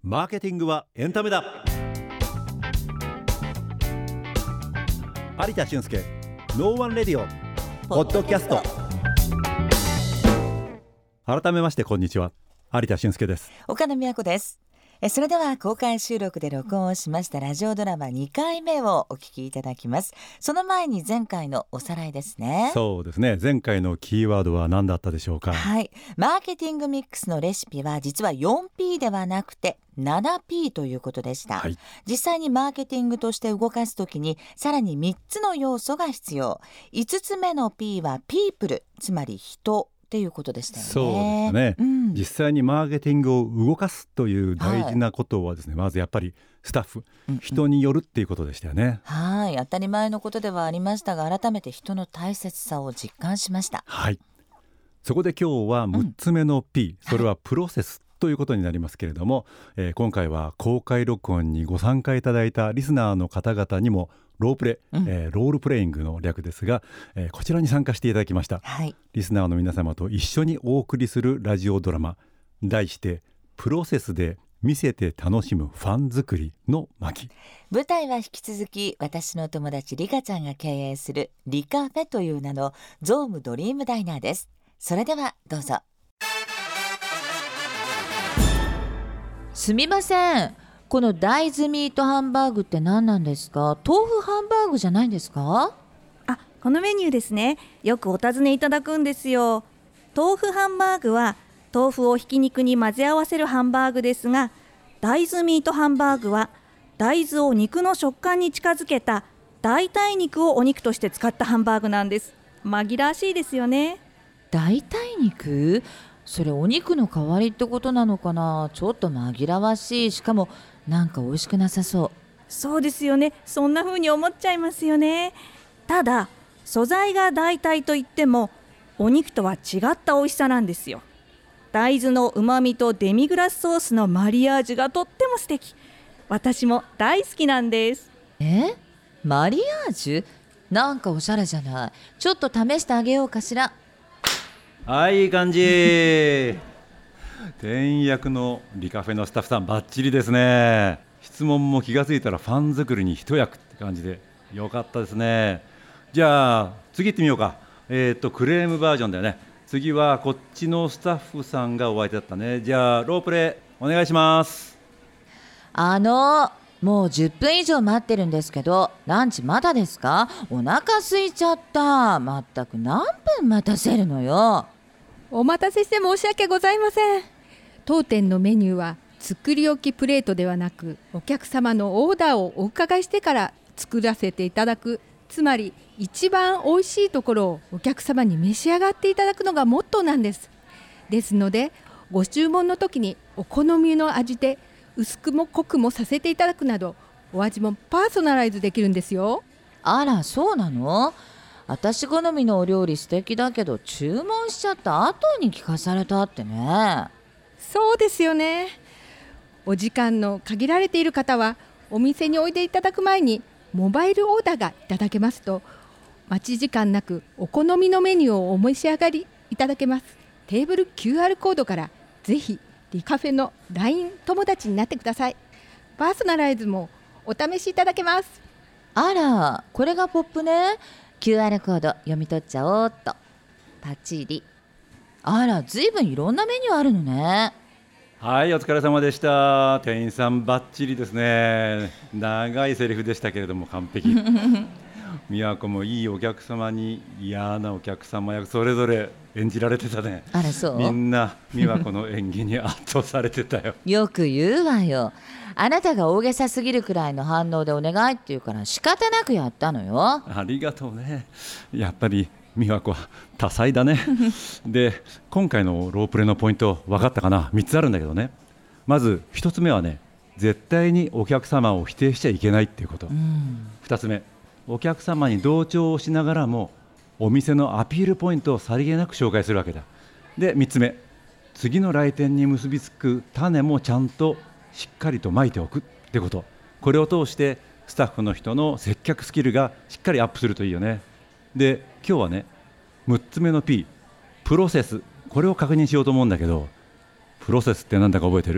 マーケティングはエンタメだ。有田俊介ノーワンレディオポッドキャスト。改めましてこんにちは、有田俊介です。 岡野美和子です。それでは公開収録で録音をしましたラジオドラマ2回目をお聞きいただきます。その前に前回のおさらいですね。 そうですね、前回のキーワードは何だったでしょうか。 はい、マーケティングミックスのレシピは実は 4P ではなくて 7P ということでした、 はい、 実際にマーケティングとして動かすときにさらに3つの要素が必要。5つ目の P はピープル、つまり人っていうことでしたよね。 そうですね、実際にマーケティングを動かすという大事なことはですね、まずやっぱりスタッフ、人によるっていうことでしたよね。 はい、当たり前のことではありましたが改めて人の大切さを実感しました。 はい、そこで今日は6つ目の P、それはプロセスということになりますけれども、今回は公開録音にご参加いただいたリスナーの方々にもロープレ、ロールプレイングの略ですが、こちらに参加していただきました、はい、リスナーの皆様と一緒にお送りするラジオドラマ、題してプロセスで見せて楽しむファン作りの巻。 舞台は引き続き私の友達リカちゃんが経営するリカフェという名のゾームドリームダイナーです。それではどうぞ。すみません、この大豆ミートハンバーグって何なんですか？豆腐ハンバーグじゃないんですか？ このメニューですね、よくお尋ねいただくんですよ。豆腐ハンバーグは豆腐をひき肉に混ぜ合わせるハンバーグですが、大豆ミートハンバーグは大豆を肉の食感に近づけた代替肉をお肉として使ったハンバーグなんです。紛らわしいですよね。 代替肉？それお肉の代わりってことなのかな？ちょっと紛らわしい。しかもなんか美味しくなさそう。 そうですよね、そんな風に思っちゃいますよね。ただ素材が代替といってもお肉とは違った美味しさなんですよ。大豆の旨味とデミグラスソースのマリアージュがとっても素敵。私も大好きなんです。 マリアージュ？なんかおしゃれじゃない。ちょっと試してあげようかしら。 はい、いい感じ店員役のリカフェのスタッフさんバッチリですね。質問も気がついたらファン作りに一役って感じでよかったですね。じゃあ次行ってみようか。クレームバージョンだよね。次はこっちのスタッフさんがお相手だったね。じゃあロープレイお願いします。 もう10分以上待ってるんですけど、ランチまだですか？お腹空いちゃった。まったく何分待たせるのよ。 お待たせして申し訳ございません。当店のメニューは作り置きプレートではなく、お客様のオーダーをお伺いしてから作らせていただく、つまり一番おいしいところをお客様に召し上がっていただくのがモットーなんです。ですのでご注文の時にお好みの味で薄くも濃くもさせていただくなど、お味もパーソナライズできるんですよ。 あら、そうなの？私好みのお料理素敵だけど注文しちゃった後に聞かされたってね。 そうですよね。お時間の限られている方はお店においでいただく前にモバイルオーダーがいただけますと、待ち時間なくお好みのメニューをお召し上がりいただけます。テーブル QR コードからぜひリカフェの LINE 友達になってください。パーソナライズもお試しいただけます。 あら、これがポップね。 QR コード読み取っちゃおうっと。パチリ。あら、ずいぶんいろんなメニューあるのね。 はい、お疲れ様でした。店員さんバッチリですね。長いセリフでしたけれども完璧美和子もいいお客様に嫌なお客様役それぞれ演じられてたね。 あら、そう？ みんな美和子の演技に圧倒されてたよよく言うわよ。あなたが大げさすぎるくらいの反応でお願いって言うから仕方なくやったのよ。 ありがとうね。やっぱり美和子は多彩だねで、今回のロープレのポイント分かったかな。3つあるんだけどね。まず1つ目はね、絶対にお客様を否定しちゃいけないっていうこと、2つ目、お客様に同調をしながらもお店のアピールポイントをさりげなく紹介するわけだ。で3つ目、次の来店に結びつく種もちゃんとしっかりとまいておくってこと。これを通してスタッフの人の接客スキルがしっかりアップするといいよね。で今日はね、6つ目の P、 プロセス、これを確認しようと思うんだけど、プロセスって何だか覚えてる？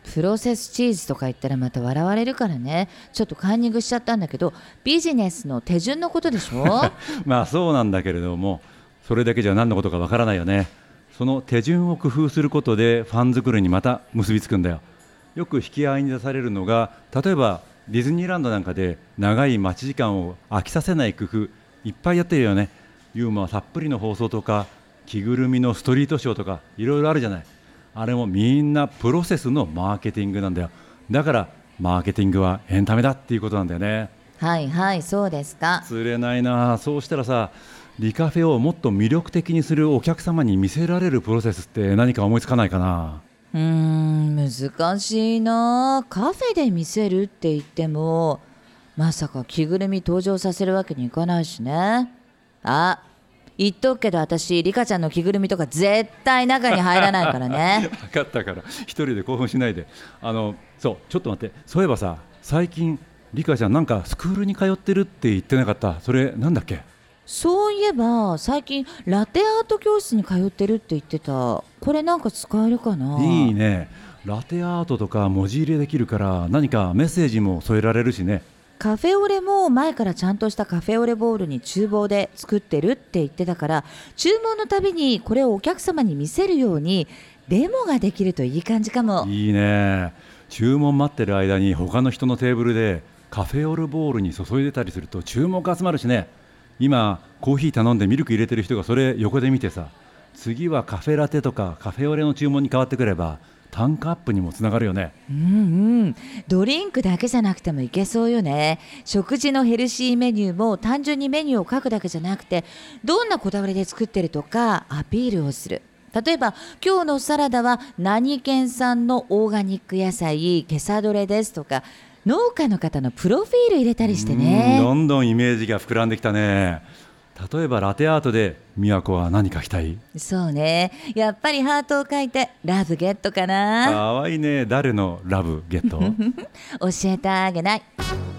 プロセスチーズとか言ったらまた笑われるからね、ちょっとカンニングしちゃったんだけど、ビジネスの手順のことでしょまあそうなんだけれども、それだけじゃ何のことかわからないよね。その手順を工夫することでファン作りにまた結びつくんだよ。よく引き合いに出されるのが、例えばディズニーランドなんかで長い待ち時間を飽きさせない工夫いっぱいやってるよね。ユーモアたっぷりの放送とか、着ぐるみのストリートショーとかいろいろあるじゃない。あれもみんなプロセスのマーケティングなんだよ。だからマーケティングはエンタメだっていうことなんだよね。 はいはい、そうですか。 釣れないな。そうしたらさ、リカフェをもっと魅力的にするお客様に見せられるプロセスって何か思いつかないかな。 難しいな。カフェで見せるって言っても、まさか着ぐるみ登場させるわけにいかないしね。あ、言っとくけど、私リカちゃんの着ぐるみとか絶対中に入らないからね。 分かったから、一人で興奮しないで。そうちょっと待って、そういえばさ、最近リカちゃんなんかスクールに通ってるって言ってなかった？それなんだっけ？ そういえば最近ラテアート教室に通ってるって言ってた。これなんか使えるかな？ いいね。ラテアートとか文字入れできるから、何かメッセージも添えられるしね。 カフェオレも前からちゃんとしたカフェオレボールに厨房で作ってるって言ってたから、注文のたびにこれをお客様に見せるようにデモができるといい感じかも。 いいね。注文待ってる間に他の人のテーブルでカフェオレボールに注いでたりすると注目集まるしね。今コーヒー頼んでミルク入れてる人がそれ横で見てさ、次はカフェラテとかカフェオレの注文に変わってくれば単価アップにもつながるよね。 ドリンクだけじゃなくてもいけそうよね。食事のヘルシーメニューも単純にメニューを書くだけじゃなくて、どんなこだわりで作ってるとかアピールをする。例えば今日のサラダは何県産のオーガニック野菜ケサドレですとか、農家の方のプロフィール入れたりしてね。 どんどんイメージが膨らんできたね。例えばラテアートで美和子は何書きたい？ そうね、やっぱりハートを書いてラブゲットかな。 かわいいね。誰のラブゲット？ 教えてあげない。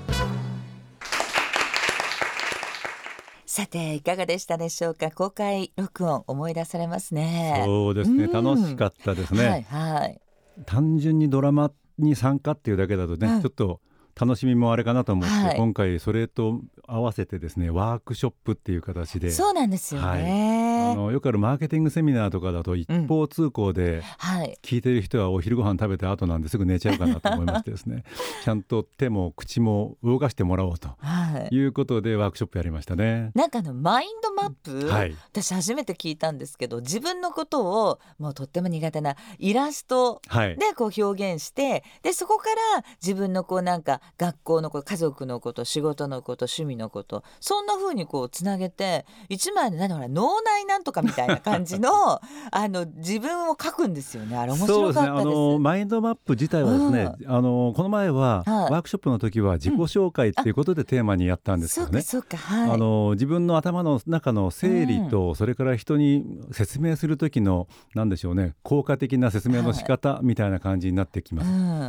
さていかがでしたでしょうか。公開録音思い出されますね。 そうですね、楽しかったですね。 はいはい。 単純にドラマに参加っていうだけだとね、ちょっと楽しみもあれかなと思って、今回それと合わせてですね、ワークショップっていう形で。 そうなんですよね、 よくあるマーケティングセミナーとかだと一方通行で聞いてる人はお昼ご飯食べた後なんですぐ寝ちゃうかなと思いましてですねちゃんと手も口も動かしてもらおうということでワークショップやりましたね。 なんかマインドマップ、私初めて聞いたんですけど、自分のことをもうとっても苦手なイラストでこう表現して、でそこから自分のこうなんか学校のこと、家族のこと、仕事のこと、趣味のこと、そんな風にこうつなげて一枚で脳内なんとかみたいな感じの自分を書くんですよね。あれ面白かったです。 そうですね、マインドマップ自体はですね、この前はワークショップの時は自己紹介っていうことでテーマにやったんですよね。自分の頭の中の整理と、それから人に説明する時のなんでしょうね、効果的な説明の仕方みたいな感じになってきます、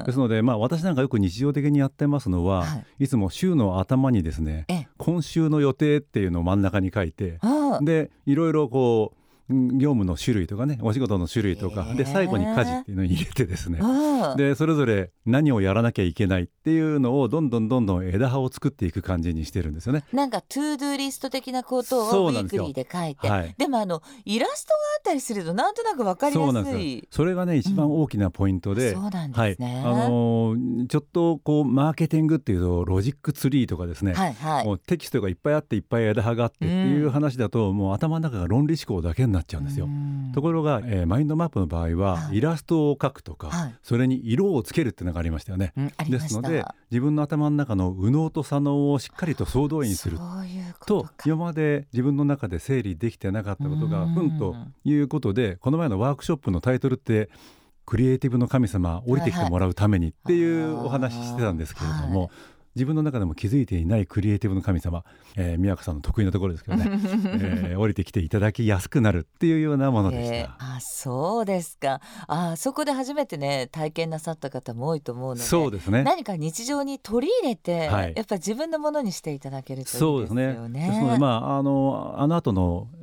ですので、私なんかよく日常的にやってますのは、いつも週の頭にですね、今週の予定っていうのを真ん中に書いて、でいろいろこう業務の種類とかね、お仕事の種類とかで、最後に家事っていうのを入れてですね、でそれぞれ何をやらなきゃいけないっていうのをどんどん枝葉を作っていく感じにしてるんですよね。 なんかトゥードゥーリスト的なことをウィークリーで書いて、でもイラストがあったりするとなんとなく分かりやすい。 そうなんですよ。それがね一番大きなポイントで、 そうなんですね。 ちょっとこうマーケティングっていうとロジックツリーとかですね、もうテキストがいっぱいあっていっぱい枝葉があってっていう話だと、もう頭の中が論理思考だけになっちゃうんですよ。ところが、マインドマップの場合は、イラストを描くとか、それに色をつけるっていうのがありましたよね。ですので自分の頭の中の右脳と左脳をしっかりと総動員すると、今まで自分の中で整理できてなかったことがふんということで、この前のワークショップのタイトルってクリエイティブの神様降りてきてもらうためにっていうお話してたんですけれども、自分の中でも気づいていないクリエイティブの神様、美和子さんの得意なところですけどね、降りてきていただきやすくなるっていうようなものでした。 そうですか。そこで初めてね体験なさった方も多いと思うので、 そうですね、 何か日常に取り入れて、やっぱり自分のものにしていただけるといいですよね。 そうですね。ですので、あの後の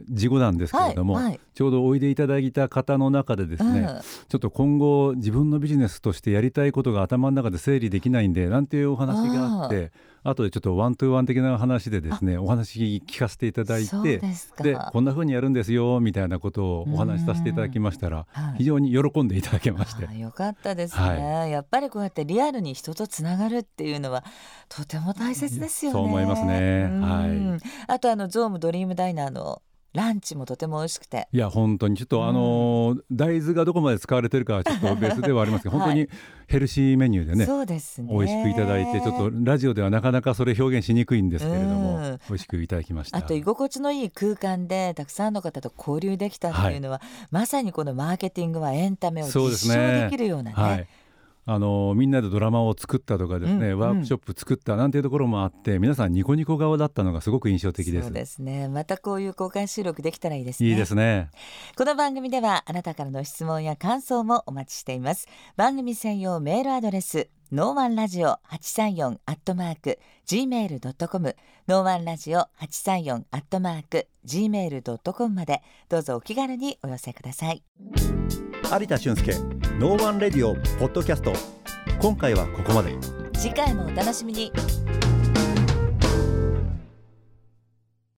事後なんですけれども、ちょうどおいでいただいた方の中でですね、ちょっと今後自分のビジネスとしてやりたいことが頭の中で整理できないんでなんていうお話があって、後でちょっとワントゥーワン的な話でですねお話聞かせていただいて、でこんな風にやるんですよみたいなことをお話しさせていただきましたら、非常に喜んでいただけまして、 よかったですね、やっぱりこうやってリアルに人とつながるっていうのはとても大切ですよね。 そう思いますね。 あとゾームドリームダイナーのランチもとても美味しくて、 いや本当にちょっと大豆がどこまで使われてるかはちょっと別ではありますけど、本当にヘルシーメニューでね、 そうですね、 美味しくいただいて、ちょっとラジオではなかなかそれ表現しにくいんですけれども、美味しくいただきました。 あと居心地のいい空間でたくさんの方と交流できたっていうのは、まさにこのマーケティングはエンタメを実証できるようなね、 みんなでドラマを作ったとかですね、ワークショップ作ったなんていうところもあって、皆さんニコニコ顔だったのがすごく印象的です。 そうですね、またこういう公開収録できたらいいですね。 いいですね。 この番組ではあなたからの質問や感想もお待ちしています。番組専用メールアドレスno1radio834@gmail.com no1radio834@gmail.com までどうぞお気軽にお寄せください。 有田俊介ノーワンレディオポッドキャスト、今回はここまで。 次回もお楽しみに。